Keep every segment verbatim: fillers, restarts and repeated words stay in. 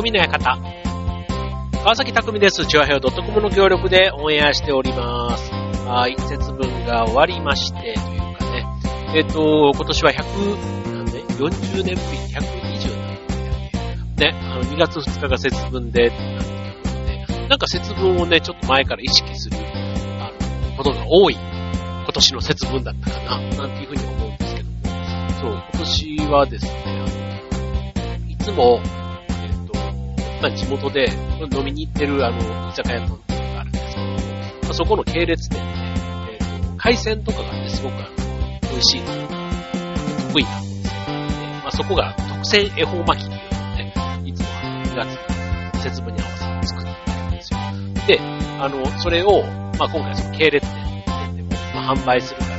匠の館。川崎匠です。チュアヘオ .com の協力でオンエアしております。はい、節分が終わりまして、というかね、えっと、今年はひゃく、なんで、よんじゅうねんぶり、ひゃくにじゅうねんぶりだね。あの、にがつふつかが節分で、なんていうことで、なんか節分をね、ちょっと前から意識する、あの、ことが多い、今年の節分だったかな、なんていうふうに思うんですけども、そう、今年はですね、あの、いつも、まあ、地元で飲みに行ってるあの居酒屋とかがあるんですけど、まあ、そこの系列店で、えーと、海鮮とかがね、すごくあの美味しいのが得意なんですよ。で、まあ、そこが特選恵方巻きっていうのをね、いつもあのにがつに節分に合わせて作ってるんですよ。で、あの、それを、まあ、今回その系列店でも、まあ、販売するから、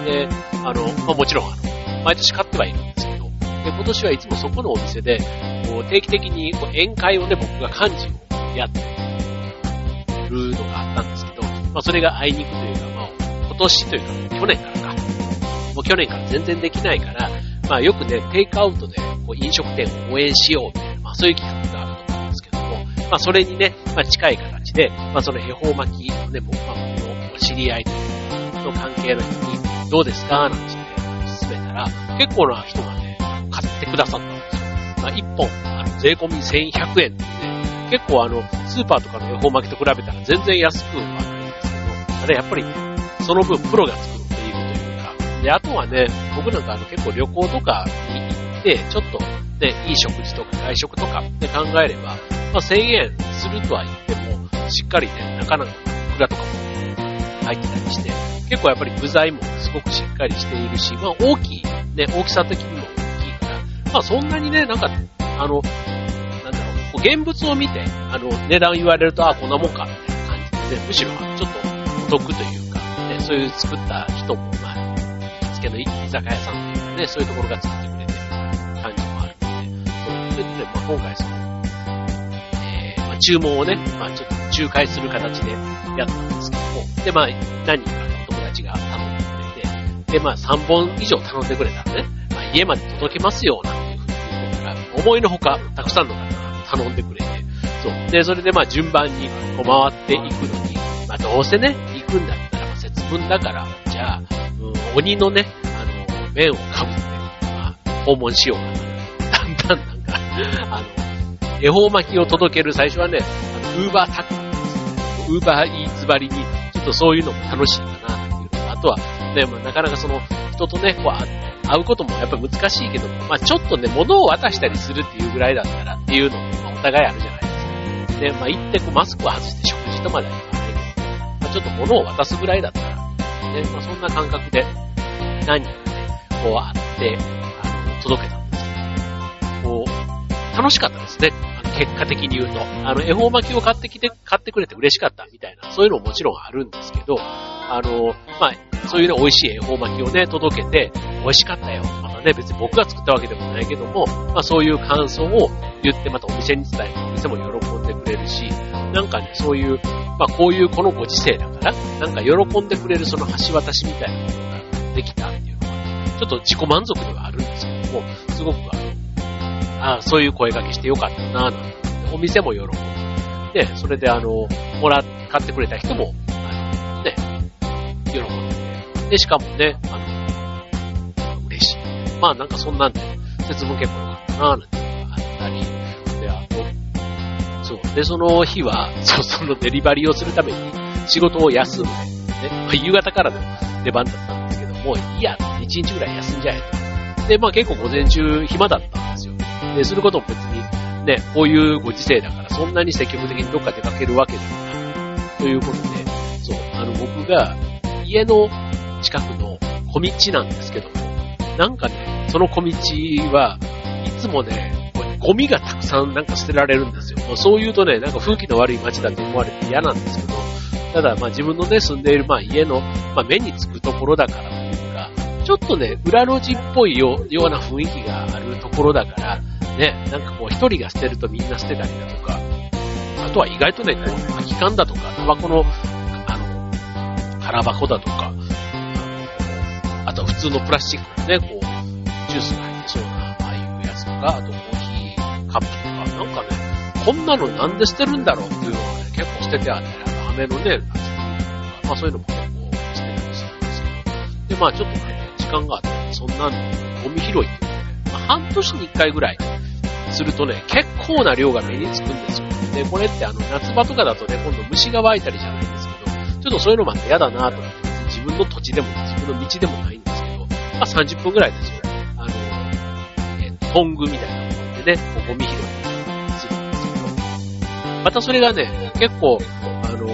で、あの、まあ、もちろんあの、毎年買ってはいるんですけど、で、今年はいつもそこのお店で、こう定期的にこう宴会をね、僕が幹事をやってるのがあったんですけど、まあそれがあいにくというか、まあ今年というか去年からか、もう去年から全然できないから、まあよくね、テイクアウトでこう飲食店を応援しようみたいな、まあそういう企画があると思うんですけども、まあそれにね、まあ近い形で、まあその恵方巻きをね、僕は僕の知り合いの関係の人にどうですかなんて勧めたら、結構な人がね、買ってくださったんですよ。まあ、いっぽん、あの、税込みせんひゃくえんってね、結構あの、スーパーとかの恵方巻きと比べたら全然安くはないんですけど、あれやっぱり、その分プロが作っているというか、で、あとはね、僕なんかあの結構旅行とかに行って、ちょっとね、いい食事とか外食とかで考えれば、まあせんえんするとは言っても、しっかりね、なかなかイクラとかも入ってたりして、結構やっぱり具材もすごくしっかりしているし、まあ大きい、ね、大きさ的にもまあそんなにね、なんか、あの、なんだろう、現物を見て、あの、値段言われると、あ、こんなもんか、みたいな感じで、ね、むしろ、ちょっとお得というか、ね、そういう作った人も、まあ、行きつけの居酒屋さんというかね、そういうところが作ってくれてる感じもあるので、そう、それでね、まあ今回その、えー、まあ注文をね、まあちょっと仲介する形でやったんですけども、で、まあ、何人かの友達が頼んでくれて、で、まあさんぼん以上頼んでくれたらね、家まで届けますよ、なんていうふうに言ってたら、思いのほか、たくさんの方が頼んでくれて、そう。で、それでまあ順番にこう回っていくのに、まあどうせね、行くんだったら、まあ節分だから、じゃあ、うん、鬼のね、あの、面をかぶって、まあ、訪問しようかな。だんだんなんか、あの、恵方巻きを届ける最初はね、あの、ウーバータックウーバーイーツ張りに、ちょっとそういうのも楽しいかな、っていうのと、あとは、ね、まあなかなかその、人とね、こう、会うこともやっぱり難しいけども、まあちょっとね、物を渡したりするっていうぐらいだったらっていうのも、まあ、お互いあるじゃないですか。で、まあ行ってこうマスクを外して食事とまでは言わないけど、まあちょっと物を渡すぐらいだったら、ね、まあそんな感覚で、何人かね、こう会って、あの、届けたんですけど、こう、楽しかったですね。あの結果的に言うと。あの、恵方巻きを買ってきて、買ってくれて嬉しかったみたいな、そういうのももちろんあるんですけど、あの、まあ、そういうね、美味しい恵方巻きをね、届けて、美味しかったよ。またね、別に僕が作ったわけでもないけども、まあそういう感想を言って、またお店に伝えて、お店も喜んでくれるし、なんかね、そういう、まあこういうこのご時世だから、なんか喜んでくれるその橋渡しみたいなものができたっていうのは、ちょっと自己満足ではあるんですけども、すごくあの、ああ、そういう声掛けしてよかったなぁ、なんて、お店も喜んで、で、それであの、もら、買ってくれた人も、あの、ね、喜んで、で、しかもね、あの、嬉しい。まあなんかそんなんで、節分結構良かったなぁ、なんていうのがあったり、で、あと、そう。で、その日は、そう、そのデリバリーをするために仕事を休んで、ね、まあ、夕方からの出番だったんですけども、いや、一日ぐらい休んじゃえと。で、まあ結構午前中暇だったんですよ。で、することも別に、ね、こういうご時世だから、そんなに積極的にどっか出かけるわけでもない。ということで、そう、あの、僕が、家の近くの小道なんですけども、なんかね、その小道はいつもね、ゴミがたくさんなんか捨てられるんですよ。そう言うとね、なんか風紀の悪い街だと思われて嫌なんですけど、ただまあ自分のね、住んでいるまあ家の、まあ、目につくところだからというか、ちょっとね、裏路地っぽいよう、ような雰囲気があるところだから、ね、なんかこう一人が捨てるとみんな捨てたりだとか、あとは意外とね、こう空き缶だとか、タバコの、あの、空箱だとか、あとは普通のプラスチックのね、こう、ジュースが入ってそうな、ああいうやつとか、あとコーヒーカップとか、 なんかね、こんなのなんで捨てるんだろうっていうのがね、結構捨ててあって、飴のね、まあそういうのも結構捨てたりするんですけど、で、まあちょっとね、時間があって、そんなゴミ拾いっていうのね、まあ半年にいっかいぐらいするとね、結構な量が目につくんですよ。で、これってあの、夏場とかだとね、今度虫が湧いたりじゃないんですけど、ちょっとそういうのもあって嫌だなと思って、自分の土地でも自分の道でもないんですけど、まあさんじゅっぷんぐらいですよね。あの、えー、トングみたいなものでね、こうゴミ拾いするんですけど、またそれがね、結構、あの、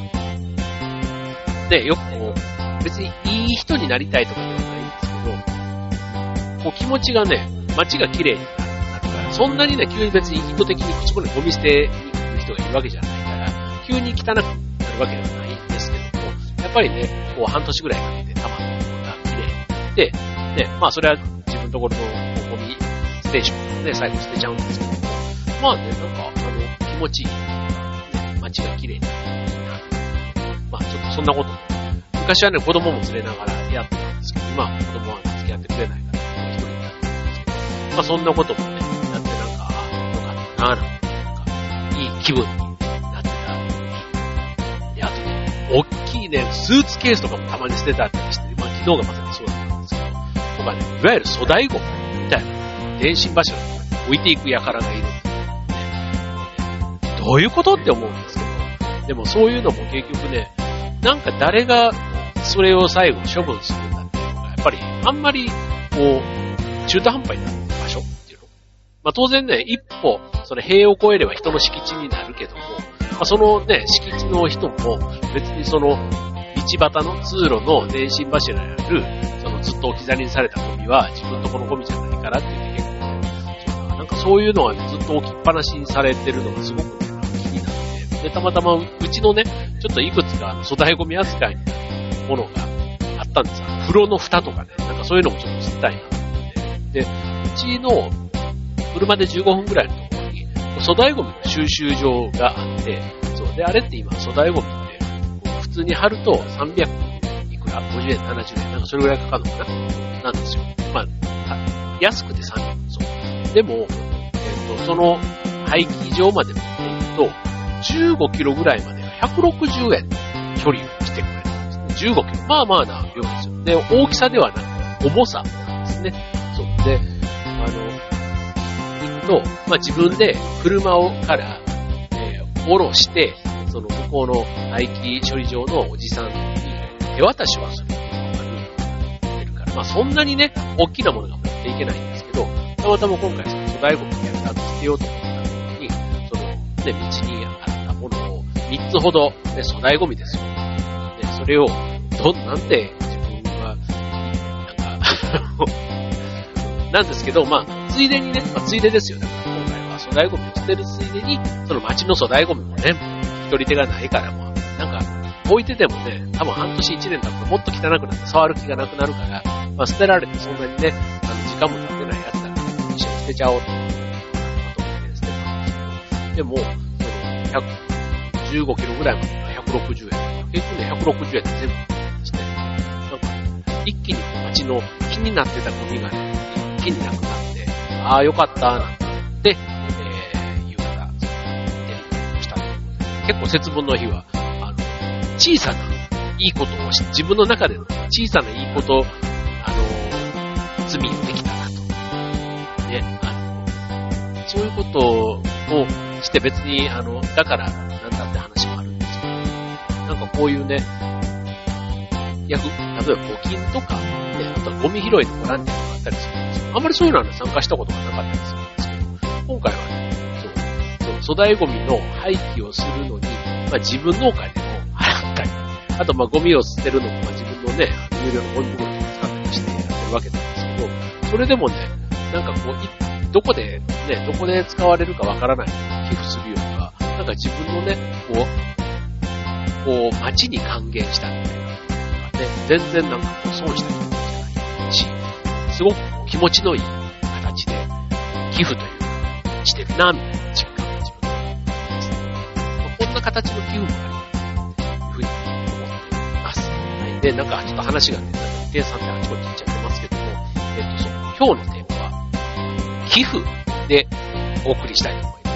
ね、よくこう、別にいい人になりたいとかではないんですけど、こう気持ちがね、街が綺麗になるから、そんなにね、急に別に意図的にそこにゴミ捨てに来る人がいるわけじゃないから、急に汚くなるわけではないんですけども、やっぱりね、こう半年ぐらいかけて溜まったものが綺麗になって、ね、まあそれは自分のところのゴミステーションでね、最後捨てちゃうんですけども、まあね、なんか、あの、気持ちいい、ね、街が綺麗になっていいな。まあちょっとそんなこと、昔はね、子供も連れながらやってたんですけど、今は子供は付き合ってくれないから、一人になってるんですけど、まあそんなこともね、やってなんか、よかったなぁ、なんか、いい気分になってたらいい。で、あとね、大きいね、スーツケースとかもたまに捨ててあったりして、まあ昨日がまさにそうだったんですけど、とかね、いわゆる粗大ゴミみたいな、電信柱とかに置いていく輩がいるんですよ、ね。どういうことって思うんですけど、でもそういうのも結局ね、なんか誰がそれを最後処分するんだっていうのが、やっぱりあんまりこう、中途半端になる場所っていうの。まあ当然ね、一歩、その塀を越えれば人の敷地になるけども、まあそのね、敷地の人も別にその、道端の通路の電信柱にある、そのずっと置き去りにされたゴミは自分のとこのゴミじゃないからっていう結構、なんかそういうのが、ね、ずっと置きっぱなしにされてるのがすごくね、気になって、で、たまたまうちのね、ちょっといくつか粗大ゴミ扱いになるものがあったんですよ。風呂の蓋とかね、なんかそういうのもちょっと捨てたいなと思って。で、うちの車でじゅうごふんぐらいのところに粗大ゴミの収集場があって、そうで、あれって今粗大ゴミって普通に貼るとさんびゃくいくらごじゅうえん、ななじゅうえん、なんかそれぐらいかかるのかななんですよ。まあ、安くてさんびゃく。そう。でも、えっと、その廃棄場まで持っていくと、じゅうごキロぐらいまでひゃくろくじゅうえんの距離をしてくれるんですね。じゅうごキロ。まあまあな量ですよ。で、大きさではなく、重さなんですね。そう。で、あの、行くと、まあ自分で車をから、えー、下ろして、その向こうの廃棄処理場のおじさんに手渡しをするっていうのが出るから、まあそんなにね、大きなものが持っていけないんですけど、たまたま今回その粗大ゴミをやったんですよと思った時に、その、ね、道にあったものをみっつほど、ね、粗大ゴミですよ。で、それを、ど、なんて自分は、なんか、なんですけど、まあ、ついでにね、まあ、ついでですよね。今回は粗大ゴミを捨てるついでに、その街の粗大ゴミもね、一人手がないからもう、なんか、置いててもね、多分半年一年経つともっと汚くなって触る気がなくなるから、まあ、捨てられてそんなにね、あの、時間も経ってないやつだから、一緒に捨てちゃおうと思って、捨てたんですけど、でも、その、ひゃくじゅうごキロぐらいまでがひゃくろくじゅうえん。結局ね、ひゃくろくじゅうえんで全部ですね。なんか、一気に街の気になってたゴミがね、一気になくなって、ああ、よかった、なんて思って、えー、夕方、デリバリーをしたということで、結構節分の日は、あの、小さないいことをし、自分の中での小さないいこと、あの、罪をできたなと。ね、あの、そういうことをして別に、あの、だから、なんだって話もあるんですけど、なんかこういうね、役、例えば募金とか、ね、あとはゴミ拾いのボランティアとかあったりするんですよ。あんまりそういうのはね、参加したことがなかったりするんですけど、今回はね、そう、そう粗大ゴミの廃棄をするのに、まあ自分のお金を払ったり、あとまあゴミを捨てるのも、まあ自分のね、有料のゴミ袋を使ったりしてやってるわけなんですけど、それでもね、なんかこう、どこで、ね、どこで使われるかわからない寄付するよりは、なんか自分のね、こう、こう、街に還元したみたいな、ね、全然なんかこう損した気持ちじゃないし、すごく気持ちのいい形で寄付というか、してるな、みたいな実感が自分でありますね。まあ、こんな形の寄付もあります。というふうに思っています。はい。で、なんかちょっと話がね、一点さん点あちこち行っちゃってますけども、えっと、そう、今日のテーマは、寄付でお送りしたいと思います。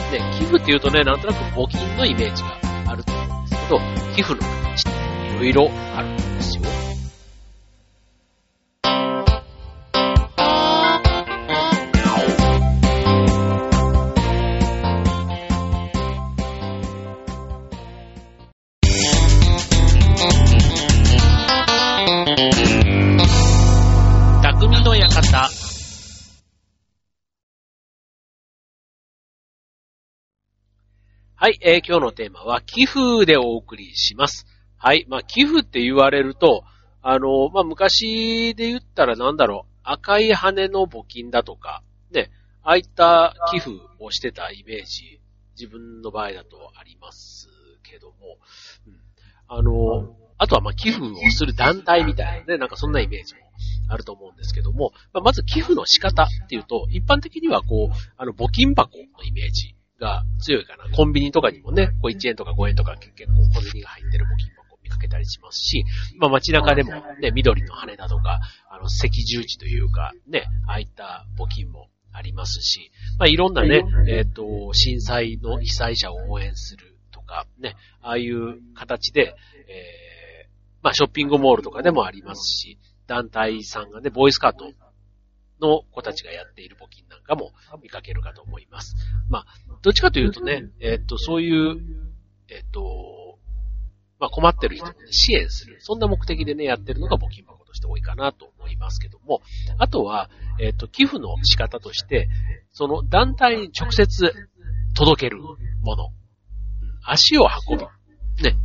ね、寄付っていうとね、なんとなく募金のイメージがあると思うんですけど、寄付の形っていろいろあるんですよ。匠の館。はい、えー、今日のテーマは寄付でお送りします。はい、まあ寄付って言われると、あの、まあ昔で言ったらなんだろう、赤い羽の募金だとか、ね、ああいった寄付をしてたイメージ、自分の場合だとありますけども、うん、あの、あとはまあ寄付をする団体みたいなね、なんかそんなイメージもあると思うんですけども、まあ、まず寄付の仕方っていうと、一般的にはこう、あの募金箱のイメージが強いかな。コンビニとかにもね、こういちえんとかごえんとか結構小銭が入ってる募金箱を見かけたりしますし、まあ街中でもね、緑の羽だとか、あの赤十字というか、ね、ああいった募金もありますし、まあいろんなね、えっと、震災の被災者を応援するとか、ね、ああいう形で、えー、まあショッピングモールとかでもありますし、団体さんがね、ボーイスカートの子たちがやっている募金なんかも見かけるかと思います。まあ、どっちかというとね、えっと、そういう、えっと、まあ困ってる人を、ね、支援する。そんな目的でね、やってるのが募金箱として多いかなと思いますけども、あとは、えっと、寄付の仕方として、その団体に直接届けるもの。足を運ぶ。ね。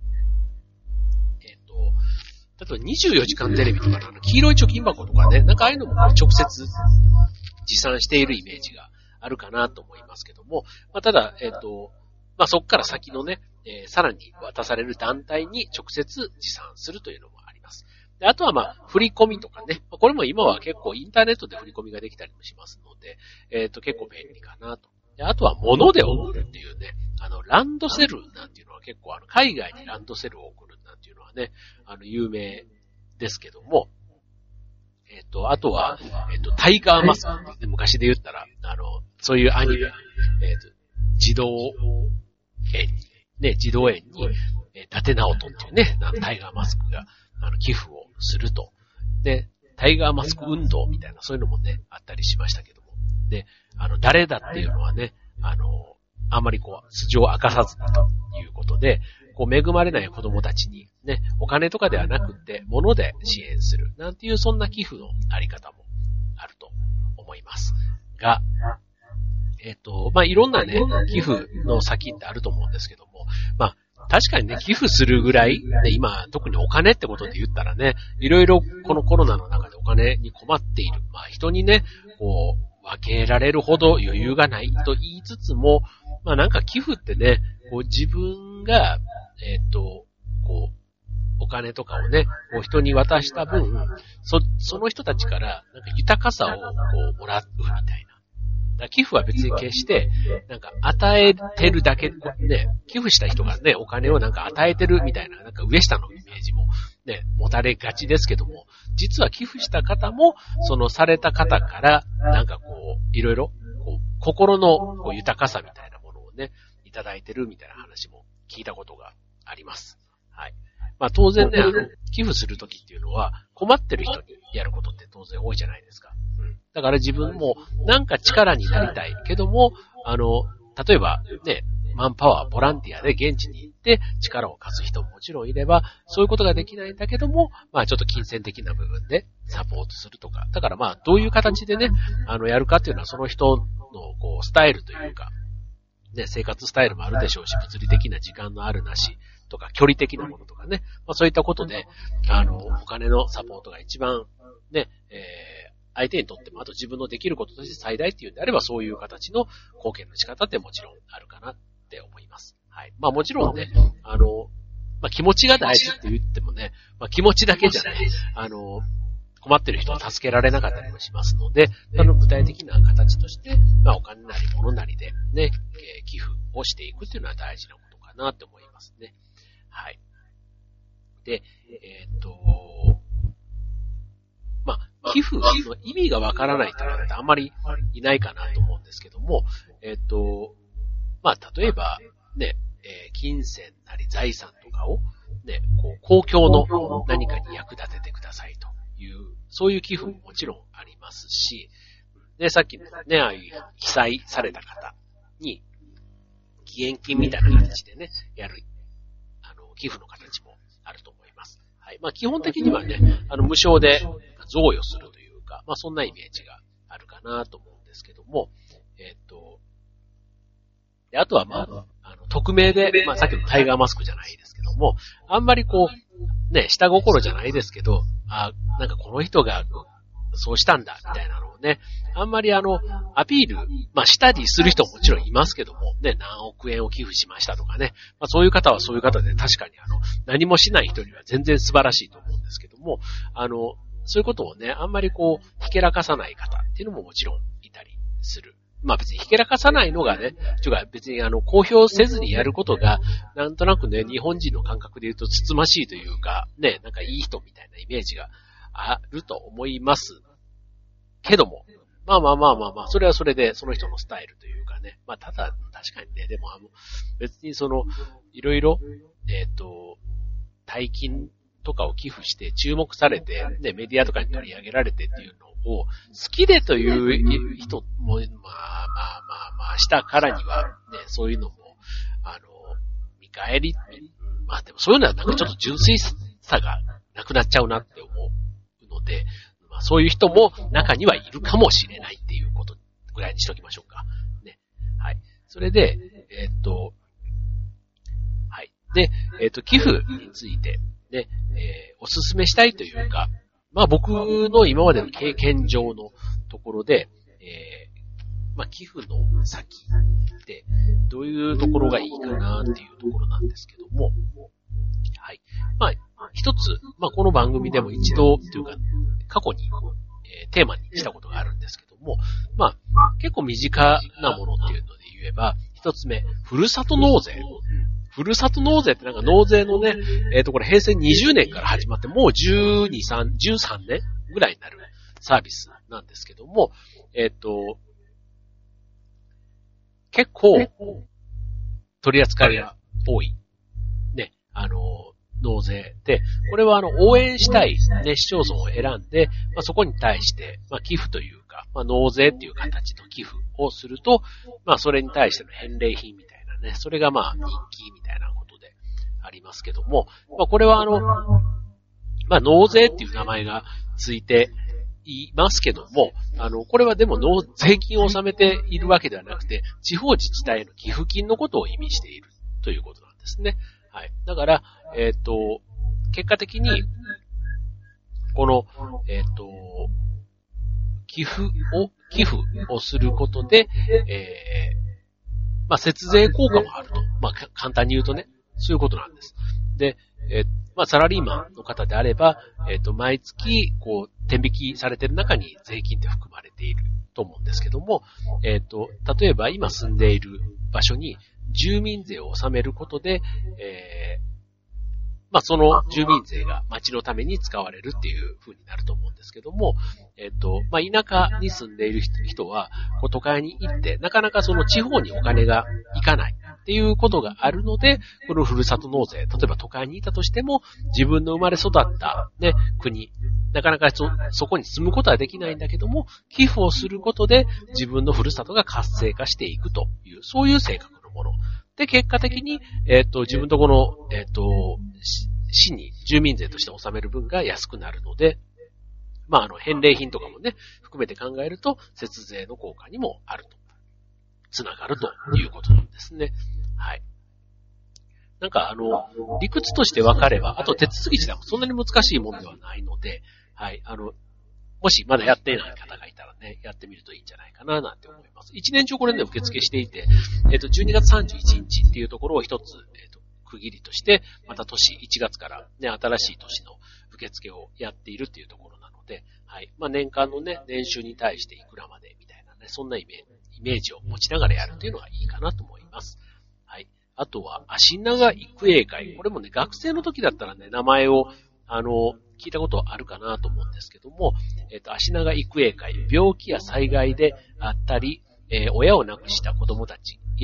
例えばにじゅうよじかんテレビとかのあの黄色い貯金箱とかね、なんかああいうのも直接持参しているイメージがあるかなと思いますけども、まあ、ただ、えっと、まあ、そこから先のね、えー、さらに渡される団体に直接持参するというのもあります。で、あとはまあ、振り込みとかね、これも今は結構インターネットで振り込みができたりもしますので、えっと、結構便利かなと。で、あとは物で送るっていうね、あの、ランドセルなんていうのは結構あの、海外にランドセルを送るなんていうのはね、あの、有名ですけども、えっと、あとは、えっと、タイガーマスクって、ね、昔で言ったら、あの、そういうアニメ、えっと、児童園に、ね、児童園に、えー、伊達直人っていうね、あのタイガーマスクが、あの、寄付をすると。で、タイガーマスク運動みたいな、そういうのもね、あったりしましたけども。で、あの、誰だっていうのはね、あの、あんまりこう、素性を明かさずにということで、こう恵まれない子供たちにね、お金とかではなくって物で支援するなんていうそんな寄付のあり方もあると思いますが、えっと、まあ、いろんなね、寄付の先ってあると思うんですけども、まあ、確かにね、寄付するぐらい、ね、今、特にお金ってことで言ったらね、いろいろこのコロナの中でお金に困っている。まあ、人にね、こう、分けられるほど余裕がないと言いつつも、まあなんか寄付ってね、こう自分が、えっと、こう、お金とかをね、こう人に渡した分、そ、その人たちから、なんか豊かさをこうもらうみたいな。だから寄付は別に決して、なんか与えてるだけ、ね、寄付した人がね、お金をなんか与えてるみたいな、なんか上下のイメージもね、持たれがちですけども、実は寄付した方も、そのされた方から、なんかこう、いろいろ、こう、心のこう豊かさみたいなものをね、いただいてるみたいな話も聞いたことがあります。はい。まあ当然ね、あの、寄付するときっていうのは、困ってる人にやることって当然多いじゃないですか。うん。だから自分もなんか力になりたいけども、あの、例えばね、マンパワー、ボランティアで現地に行って力を貸す人ももちろんいれば、そういうことができないんだけども、まあちょっと金銭的な部分でサポートするとか。だからまあどういう形でね、あの、やるかっていうのはその人のこう、スタイルというか、ね、生活スタイルもあるでしょうし、物理的な時間のあるなしとか、距離的なものとかね、まあそういったことで、あの、お金のサポートが一番ね、えー、相手にとっても、あと自分のできることとして最大っていうんであれば、そういう形の貢献の仕方ってもちろんあるかなって思います。はい。まあもちろんね、あの、まあ気持ちが大事って言ってもね、まあ気持ちだけじゃね、あの、困ってる人を助けられなかったりもしますので、あの具体的な形として、まあお金なり物なりでね、えー、寄付をしていくっていうのは大事なことかなって思いますね。はい。で、えー、っと、まあ、寄付の意味がわからないという方ってあんまりいないかなと思うんですけども、えー、っと、 まあ、例えば、ね、えー、金銭なり財産とかを、ね、こう、公共の何かに役立ててくださいという、そういう寄付ももちろんありますし、で、さっきのね、ああいう被災された方に、義援金みたいな形でね、やる、あの、寄付の形もあると思います。はい。まあ、基本的にはね、あの、無償で贈与するというか、まあ、そんなイメージがあるかなと思うんですけども、えっと、で、あとはまあ、あの、匿名で、まあ、さっきのタイガーマスクじゃないですけども、あんまりこう、ね、下心じゃないですけど、あ、なんかこの人が、そうしたんだ、みたいなのをね、あんまりあの、アピール、まあ、したりする人ももちろんいますけども、ね、何億円を寄付しましたとかね、まあ、そういう方はそういう方で確かにあの、何もしない人には全然素晴らしいと思うんですけども、あの、そういうことをね、あんまりこう、ひけらかさない方っていうのももちろんいたりする。まあ別にひけらかさないのがね、ちょっと別にあの、公表せずにやることが、なんとなくね、日本人の感覚で言うとつつましいというか、ね、なんかいい人みたいなイメージがあると思いますけども、まあまあまあまあまあ、それはそれでその人のスタイルというかね、まあただ、確かにね、でもあの、別にその、いろいろ、えっと、大金とかを寄付して注目されて、ね、メディアとかに取り上げられてっていうのを好きでという人も、まあまあまあまあ、したからにはね、そういうのも、あの、見返り、まあでもそういうのはなんかちょっと純粋さがなくなっちゃうなって思うので、まあそういう人も中にはいるかもしれないっていうことぐらいにしときましょうか。ね。はい。それで、えー、っと、はい。で、えー、っと、寄付について、ね、えー、おすすめしたいというか、まあ僕の今までの経験上のところで、えー、まあ寄付の先ってどういうところがいいかなっていうところなんですけども、はい。まあ一つ、まあこの番組でも一度というか過去に、えー、テーマにしたことがあるんですけども、まあ結構身近なものっていうので言えば、一つ目、ふるさと納税。ふるさと納税ってなんか納税のね、えっとこれ平成にじゅうねんから始まってもうじゅうに、さん、じゅうさんねんぐらいになるサービスなんですけども、えっと、結構取り扱いが多い。ね、あの、納税で、これはあの応援したい、ね、市町村を選んで、まあ、そこに対して、まあ、寄付というか、まあ、納税っていう形の寄付をすると、まあそれに対しての返礼品みたいなね、それがまあ人気みたいなことでありますけども、まあこれはあの、まあ納税っていう名前がついていますけども、あの、これはでも納税金を納めているわけではなくて、地方自治体への寄付金のことを意味しているということなんですね。はい。だから、えっと、結果的に、この、えっと、寄付を、寄付をすることで、えー、まあ、節税効果もあると。まあ、簡単に言うとね、そういうことなんです。で、えー、まあ、サラリーマンの方であれば、えっと、毎月、こう、天引きされている中に税金って含まれていると思うんですけども、えっと、例えば今住んでいる場所に住民税を納めることで、えー、まあ、その住民税が町のために使われるっていう風になると思うんですけども、えっと、まあ、田舎に住んでいる人は、こう都会に行って、なかなかその地方にお金が行かないっていうことがあるので、このふるさと納税、例えば都会にいたとしても、自分の生まれ育ったね、国、なかなか そ, そこに住むことはできないんだけども、寄付をすることで自分のふるさとが活性化していくという、そういう性格のもの。で、結果的に、えっと、自分とこの、えっと、市に住民税として納める分が安くなるので、まあ、あの、返礼品とかもね、含めて考えると、節税の効果にもあると、つながるということなんですね。はい。なんか、あの、理屈として分かれば、あと手続き自体もそんなに難しいものではないので、はい、あの、もしまだやっていない方がいたらね、やってみるといいんじゃないかななんて思います。一年中これね、受付していて、えっと、じゅうにがつさんじゅういちにちっていうところを一つ、えっと、区切りとして、また年いちがつからね、新しい年の受付をやっているっていうところなので、はい。まあ、年間のね、年収に対していくらまでみたいなね、そんなイメージ、イメージを持ちながらやるというのがいいかなと思います。はい。あとは、足長育英会。これもね、学生の時だったらね、名前を、あの、聞いたことあるかなと思うんですけども、えっと、足長育英会、病気や災害であったり、えー、親を亡くした子供たちや、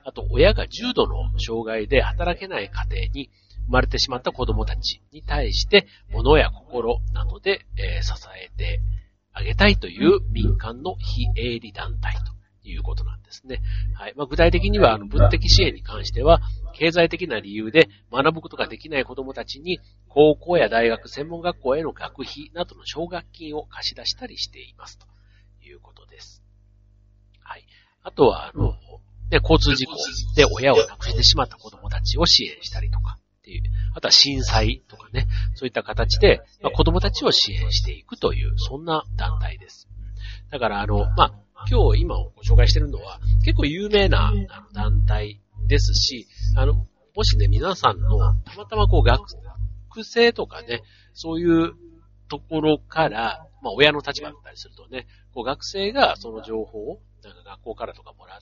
あと親が重度の障害で働けない家庭に生まれてしまった子供たちに対して、物や心などで、えー、支えてあげたいという民間の非営利団体ということなんですね。はい。まあ、具体的には、あの、文的支援に関しては、経済的な理由で学ぶことができない子供たちに、高校や大学、専門学校への学費などの奨学金を貸し出したりしていますということです。はい。あとは、あの、ね、交通事故で親を亡くしてしまった子供たちを支援したりとかっていう、あとは震災とかね、そういった形で、まあ、子供たちを支援していくという、そんな団体です。だから、あの、まあ、今日今ご紹介しているのは、結構有名なあの団体ですし、あの、もしね、皆さんの、たまたまこう、学生とかね、そういうところから、まあ、親の立場だったりするとね、こう、学生がその情報を、なんか学校からとかもらって、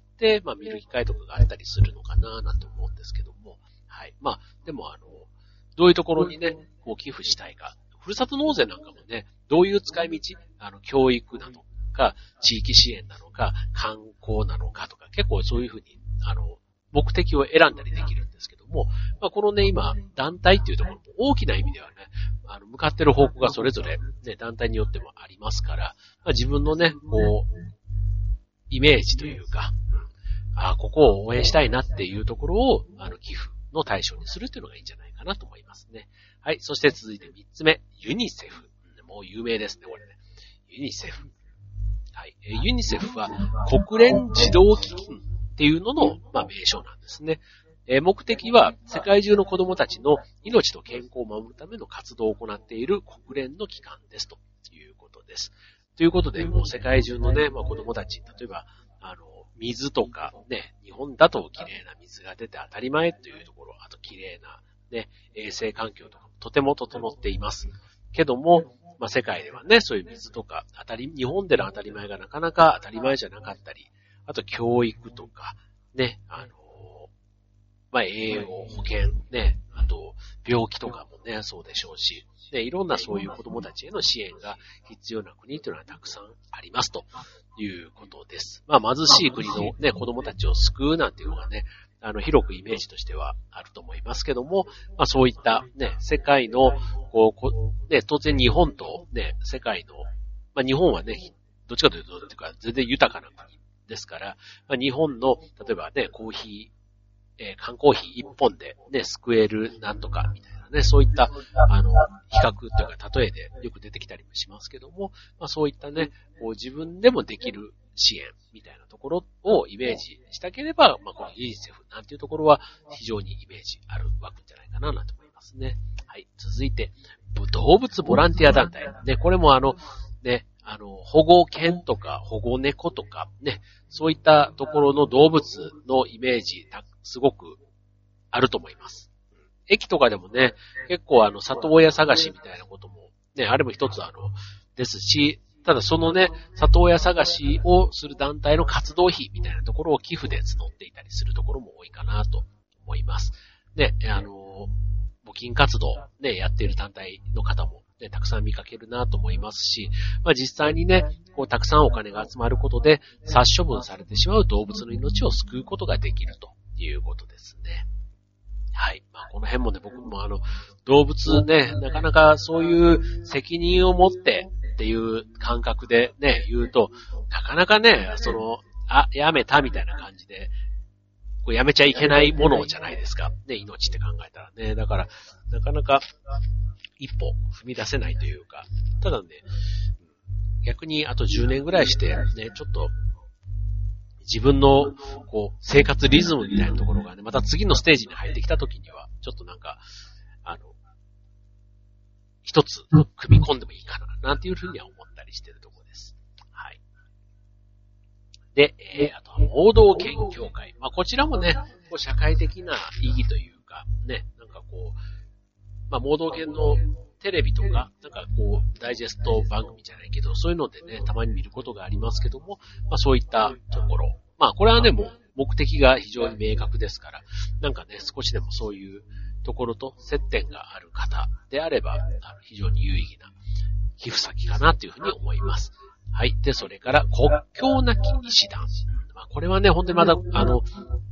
まあ見る機会とかがあったりするのかななんて思うんですけども、はい。まあ、でもあの、どういうところにね、こう寄付したいか。ふるさと納税なんかもね、どういう使い道、あの、教育なのか、地域支援なのか、観光なのかとか、結構そういうふうに、あの、目的を選んだりできるんですけども、まあこのね、今、団体っていうところも大きな意味ではね、あの、向かってる方向がそれぞれね、団体によってもありますから、まあ自分のね、こう、イメージというか、うん、あここを応援したいなっていうところを、あの、寄付の対象にするっていうのがいいんじゃないかなと思いますね。はい。そして続いてみっつめ、ユニセフ。もう有名ですね、これね。ユニセフ。はい。ユニセフは国連児童基金っていうのの、まあ、名称なんですね。目的は世界中の子供たちの命と健康を守るための活動を行っている国連の機関ですということです。ということで、もう世界中のね、まあ、子供たち、例えば、あの、水とかね、日本だと綺麗な水が出て当たり前というところ、あと綺麗なね、衛生環境とかもとても整っています。けども、まあ、世界ではね、そういう水とか、当たり、日本での当たり前がなかなか当たり前じゃなかったり、あと教育とか、ね、あの、まあ、栄養、保健、ね、あと、病気とかもね、そうでしょうし、ね、いろんなそういう子供たちへの支援が必要な国というのはたくさんありますということです。まあ、貧しい国のね、子供たちを救うなんていうのがね、あの、広くイメージとしてはあると思いますけども、まあ、そういったね、世界の、こう、こね、当然日本とね、世界の、まあ、日本はね、どっちかというと、というか全然豊かな国ですから、まあ、日本の、例えばね、コーヒー、えー、缶コーヒー一本でね、救えるなんとかみたいなね、そういった、あの、比較というか、例えでよく出てきたりもしますけども、まあそういったね、こう自分でもできる支援みたいなところをイメージしたければ、まあこのユニセフなんていうところは非常にイメージあるわけじゃないかななんて思いますね。はい。続いて、動物ボランティア団体。ね、これもあの、ね、あの、保護犬とか保護猫とかね、そういったところの動物のイメージ、すごくあると思います。駅とかでもね、結構あの、里親探しみたいなことも、ね、あれも一つあの、ですし、ただそのね、里親探しをする団体の活動費みたいなところを寄付で募っていたりするところも多いかなと思います。ね、あの、募金活動ね、やっている団体の方もね、たくさん見かけるなと思いますし、まあ実際にね、こうたくさんお金が集まることで殺処分されてしまう動物の命を救うことができるということですね。はい。まあ、この辺もね、僕もあの、動物ね、なかなかそういう責任を持ってっていう感覚でね、言うと、なかなかね、その、あ、やめたみたいな感じで、こうやめちゃいけないものじゃないですか。ね、命って考えたらね。だから、なかなか一歩踏み出せないというか、ただね、逆にあとじゅうねんぐらいしてね、ちょっと、自分の、こう、生活リズムみたいなところがね、また次のステージに入ってきた時には、ちょっとなんか、あの、一つ組み込んでもいいかな、なんていうふうには思ったりしているところです。はい。で、えー、あとは、盲導犬協会。まあ、こちらもね、こう社会的な意義というか、ね、なんかこう、まあ、盲導犬のテレビとか、なんかこう、ダイジェスト番組じゃないけど、そういうのでね、たまに見ることがありますけども、まあそういったところ。まあこれはね、もう目的が非常に明確ですから、なんかね、少しでもそういうところと接点がある方であれば、あの非常に有意義な寄付先かなというふうに思います。はい。で、それから、国境なき医師団。まあこれはね、本当にまだ、あの、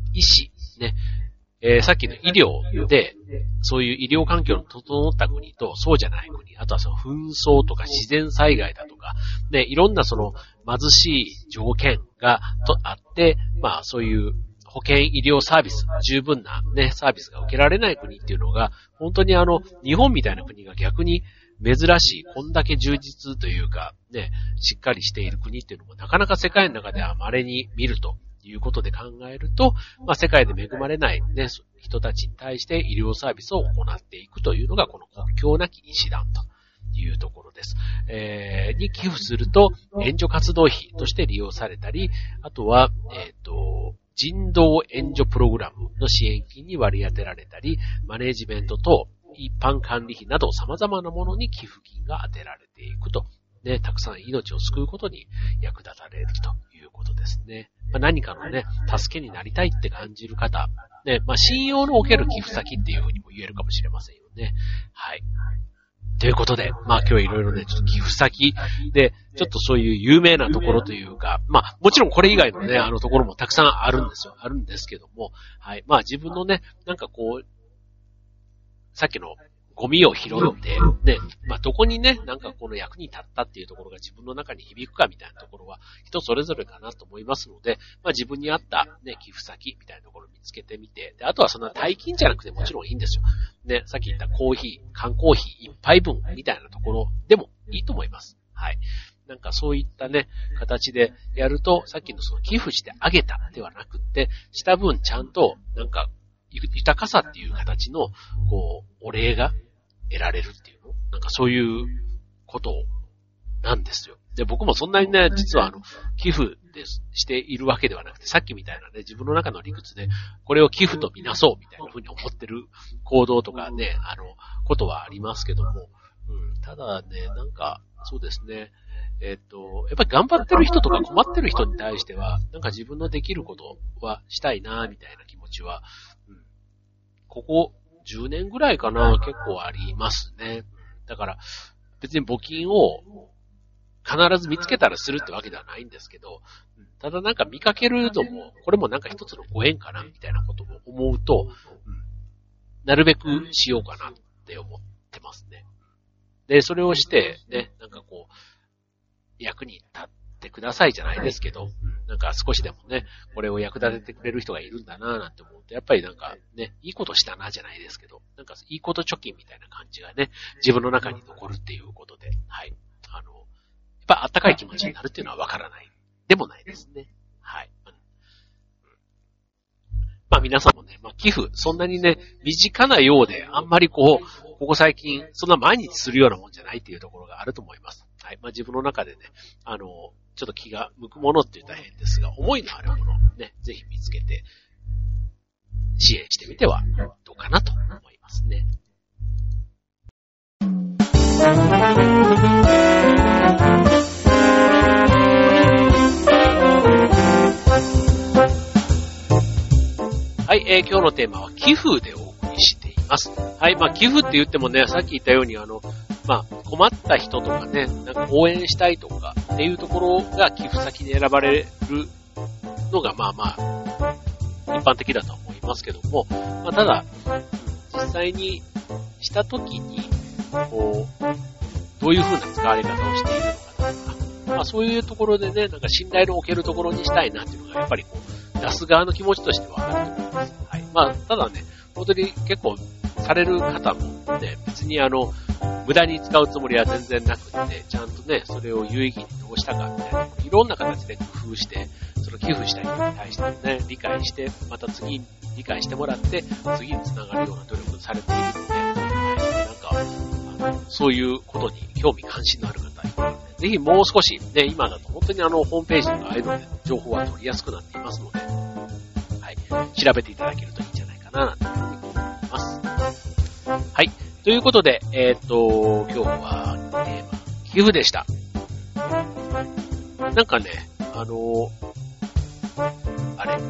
医師、ね、えー、さっきの医療で、そういう医療環境の整った国とそうじゃない国、あとはその紛争とか自然災害だとか、ね、いろんなその貧しい条件がとあって、まあそういう保健医療サービス、十分なね、サービスが受けられない国っていうのが、本当にあの、日本みたいな国が逆に珍しい、こんだけ充実というか、ね、しっかりしている国っていうのもなかなか世界の中では稀に見ると。いうことで考えると、まあ、世界で恵まれない、ね、人たちに対して医療サービスを行っていくというのがこの国境なき医師団というところです。えー、に寄付すると援助活動費として利用されたり、あとは、えっと、人道援助プログラムの支援金に割り当てられたり、マネージメント等一般管理費など様々なものに寄付金が当てられていくと、ね、たくさん命を救うことに役立たれるということですね。まあ、何かのね、助けになりたいって感じる方、ね、まあ、信用のおける寄付先っていうふうにも言えるかもしれませんよね。はい。ということで、まあ今日いろいろね、ちょっと寄付先で、ちょっとそういう有名なところというか、まあもちろんこれ以外のね、あのところもたくさんあるんですよ。あるんですけども、はい。まあ自分のね、なんかこう、さっきのゴミを拾って、ね、まあどこにね、なんかこの役に立ったっていうところが自分の中に響くかみたいなところは人それぞれかなと思いますので、まあ自分に合ったね、寄付先みたいなところを見つけてみて、で、あとはそんな大金じゃなくてもちろんいいんですよ。ね、さっき言ったコーヒー、缶コーヒー一杯分みたいなところでもいいと思います。はい。なんかそういったね、形でやると、さっきのその寄付してあげたではなくって、した分ちゃんと、なんか、豊かさっていう形の、こう、お礼が得られるっていうの、なんかそういうことなんですよ。で、僕もそんなにね、実はあの、寄付でしているわけではなくて、さっきみたいなね、自分の中の理屈で、これを寄付とみなそうみたいな風に思ってる行動とかね、あの、ことはありますけども、うん、ただね、なんか、そうですね、えっと、やっぱり頑張ってる人とか困ってる人に対しては、なんか自分のできることはしたいな、みたいな気持ちは、うん、ここじゅうねんぐらいかな、結構ありますね。だから、別に募金を必ず見つけたらするってわけではないんですけど、ただなんか見かけるのも、これもなんか一つのご縁かな、みたいなことを思うと、うん、なるべくしようかなって思ってますね。で、それをして、ね、なんかこう、役に立ってくださいじゃないですけど、なんか少しでもね、これを役立ててくれる人がいるんだなぁなんて思うと、やっぱりなんかね、いいことしたなじゃないですけど、なんかいいこと貯金みたいな感じがね、自分の中に残るっていうことで、はい。あの、やっぱあったかい気持ちになるっていうのはわからない。でもないですね。はい。うん、まあ皆さんもね、まあ寄付、そんなにね、身近なようで、あんまりこう、ここ最近、そんな毎日するようなもんじゃないっていうところがあると思います。はい。まあ自分の中でね、あの、ちょっと気が向くものって言ったら変ですが、思いのあるものをね、ぜひ見つけて、支援してみてはどうかなと思いますね。はい、えー、今日のテーマは寄付でお送りしています。はい、まあ寄付って言ってもね、さっき言ったようにあの、まあ困った人とかね、なんか応援したいとかっていうところが寄付先に選ばれるのがまあまあ一般的だと思いますけども、まあただ実際にしたときにこうどういう風な使われ方をしているのかとか、まあそういうところでね、なんか信頼のおけるところにしたいなっていうのがやっぱりこう出す側の気持ちとしてはあると思います。はい。まあただね、本当に結構される方もね、別にあの無駄に使うつもりは全然なくって、ちゃんとね、それを有意義にどうしたかみたいな、いろんな形で工夫して、その寄付した人に対してもね、理解して、また次に理解してもらって、次につながるような努力をされているので、はい、なんか、あの、そういうことに興味関心のある方、ぜひもう少し、ね、今だと本当にあの、ホームページとかああいうので情報は取りやすくなっていますので、はい、調べていただけるといいんじゃないかな、なんて思います。はい。ということで、えっと、今日はテーマ、寄付でした。なんかね、あの、あれ、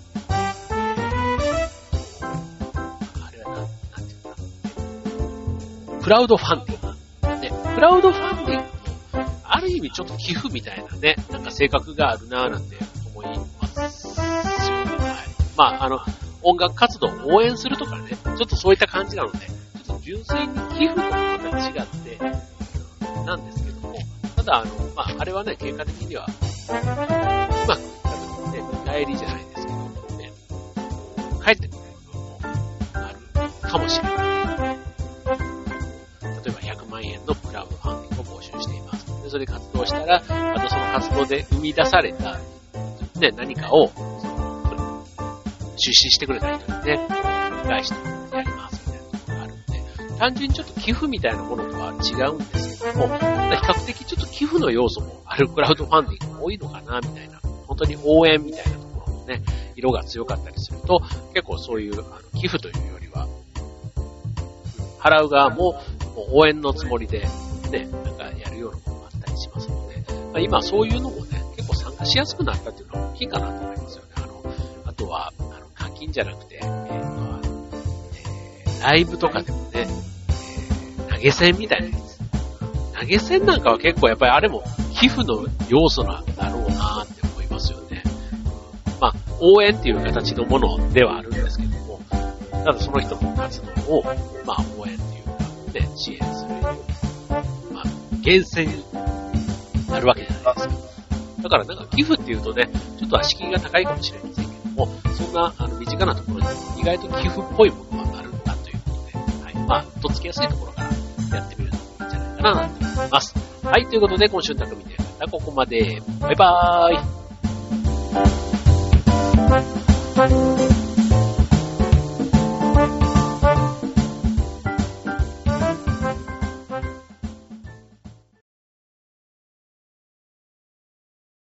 あれはな、なんていうか、クラウドファンディング。ね、クラウドファンディングの、ある意味ちょっと寄付みたいなね、なんか性格があるなぁなんて思いますよ。はい。 まあ、あの、音楽活動を応援するとかね、ちょっとそういった感じなので、ちょっと純粋に寄付とまた違って、なんですけども、ただ、あの、まあ、あれはね、結果的には、うまくいった時にね、見返りじゃないですけど、ね、帰ってくれる部分もあるかもしれない。例えばひゃくまんえんのクラウドファンディングを募集しています。で、それで活動したら、あとその活動で生み出された、ね、何かを、出資してくれた人にね、返してやりますみたいなところがあるんで、単純にちょっと寄付みたいなものとは違うんですけども、比較的ちょっと寄付の要素もあるクラウドファンディングが多いのかな、みたいな、本当に応援みたいなところのね、色が強かったりすると、結構そういうあの寄付というよりは、払う側ももう応援のつもりで、ね、なんかやるようなものがあったりしますので、まあ、今そういうのもね、結構参加しやすくなったっていうのは大きいかなと思いますよね。あの、あとは、課金じゃなくて、えーとえー、ライブとかでもね、えー、投げ銭みたいなやつ。投げ銭なんかは結構やっぱりあれも寄付の要素なんだろうなって思いますよね。まあ、応援っていう形のものではあるんですけども、ただその人の活動を、まあ、応援っていうか、ね、支援する、まあ、源泉になるわけじゃないですか。だからなんか寄付っていうとね、ちょっとは敷居が高いかもしれませんけども、そんなあの身近なところに意外と寄付っぽいものがあるんだということで、はい、まあ、とっつきやすいところからやってみるのもいいんじゃないかななんて思います。はい、ということで今週の匠でまたここまで。バイバーイ。